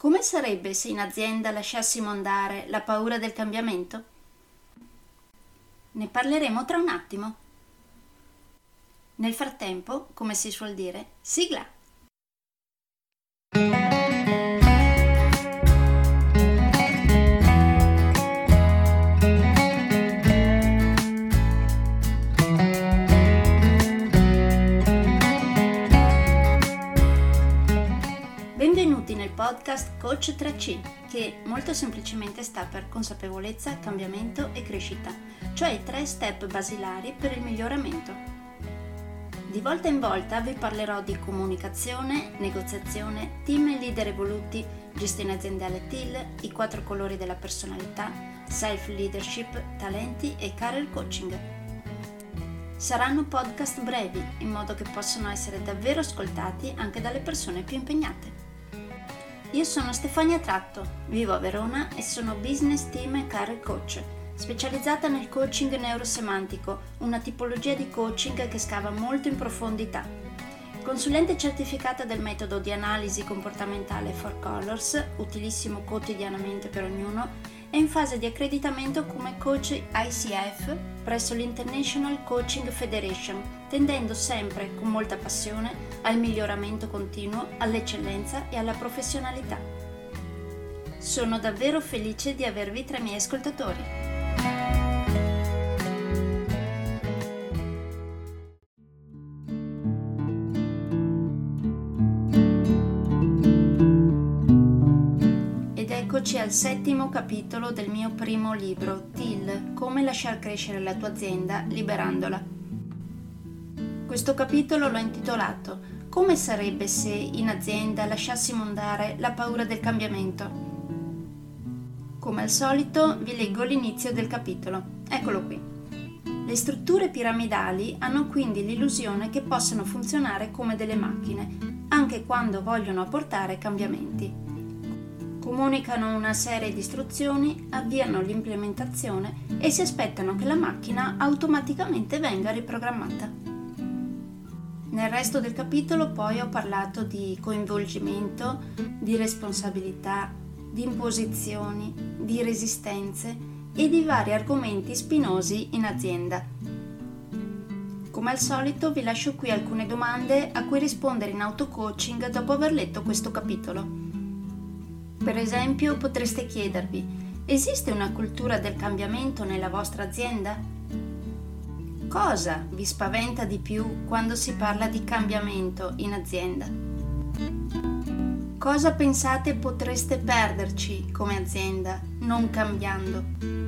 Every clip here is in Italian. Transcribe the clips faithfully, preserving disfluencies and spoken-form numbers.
Come sarebbe se in azienda lasciassimo andare la paura del cambiamento? Ne parleremo tra un attimo. Nel frattempo, come si suol dire, sigla! Benvenuti nel podcast Coach tre C, che molto semplicemente sta per consapevolezza, cambiamento e crescita, cioè i tre step basilari per il miglioramento. Di volta in volta vi parlerò di comunicazione, negoziazione, team e leader evoluti, gestione aziendale T I L, i quattro colori della personalità, self-leadership, talenti e career coaching. Saranno podcast brevi, in modo che possano essere davvero ascoltati anche dalle persone più impegnate. Io sono Stefania Tratto, vivo a Verona e sono Business Team e Career Coach, specializzata nel coaching neurosemantico, una tipologia di coaching che scava molto in profondità. Consulente certificata del metodo di analisi comportamentale Four Colors, utilissimo quotidianamente per ognuno, e in fase di accreditamento come coach I C F presso l'International Coaching Federation, tendendo sempre con molta passione al miglioramento continuo, all'eccellenza e alla professionalità. Sono davvero felice di avervi tra i miei ascoltatori. Eccoci al settimo capitolo del mio primo libro, T I L, come lasciar crescere la tua azienda liberandola. Questo capitolo l'ho intitolato Come sarebbe se in azienda lasciassimo andare la paura del cambiamento? Come al solito vi leggo l'inizio del capitolo. Eccolo qui. Le strutture piramidali hanno quindi l'illusione che possano funzionare come delle macchine, anche quando vogliono apportare cambiamenti. Comunicano una serie di istruzioni, avviano l'implementazione e si aspettano che la macchina automaticamente venga riprogrammata. Nel resto del capitolo poi ho parlato di coinvolgimento, di responsabilità, di imposizioni, di resistenze e di vari argomenti spinosi in azienda. Come al solito vi lascio qui alcune domande a cui rispondere in auto-coaching dopo aver letto questo capitolo. Per esempio, potreste chiedervi: esiste una cultura del cambiamento nella vostra azienda? Cosa vi spaventa di più quando si parla di cambiamento in azienda? Cosa pensate potreste perderci come azienda non cambiando?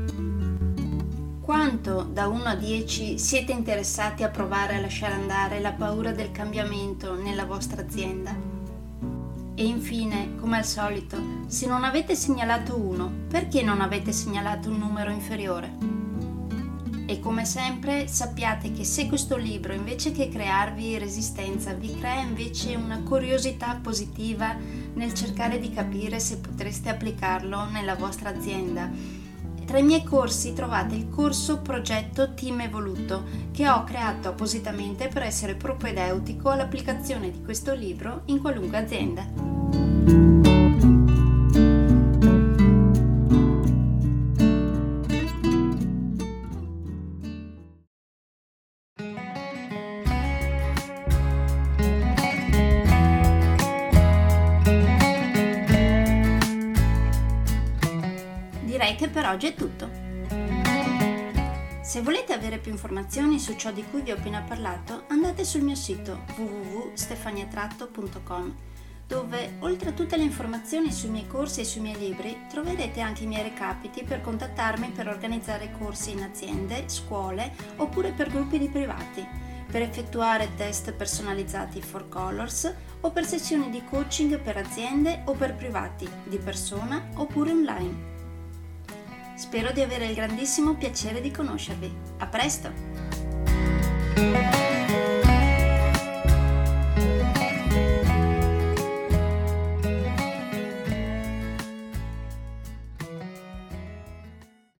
Quanto da uno a dieci siete interessati a provare a lasciare andare la paura del cambiamento nella vostra azienda? E infine, come al solito, se non avete segnalato uno, perché non avete segnalato un numero inferiore? E come sempre, sappiate che se questo libro, invece che crearvi resistenza, vi crea invece una curiosità positiva nel cercare di capire se potreste applicarlo nella vostra azienda. Tra i miei corsi trovate il corso progetto Team Evoluto, che ho creato appositamente per essere propedeutico all'applicazione di questo libro in qualunque azienda. Direi che per oggi è tutto. Se volete avere più informazioni su ciò di cui vi ho appena parlato, andate sul mio sito w w w punto stefania tratto punto com, dove oltre a tutte le informazioni sui miei corsi e sui miei libri troverete anche i miei recapiti per contattarmi per organizzare corsi in aziende, scuole oppure per gruppi di privati, per effettuare test personalizzati Four Colors o per sessioni di coaching per aziende o per privati, di persona oppure online. Spero di avere il grandissimo piacere di conoscervi. A presto!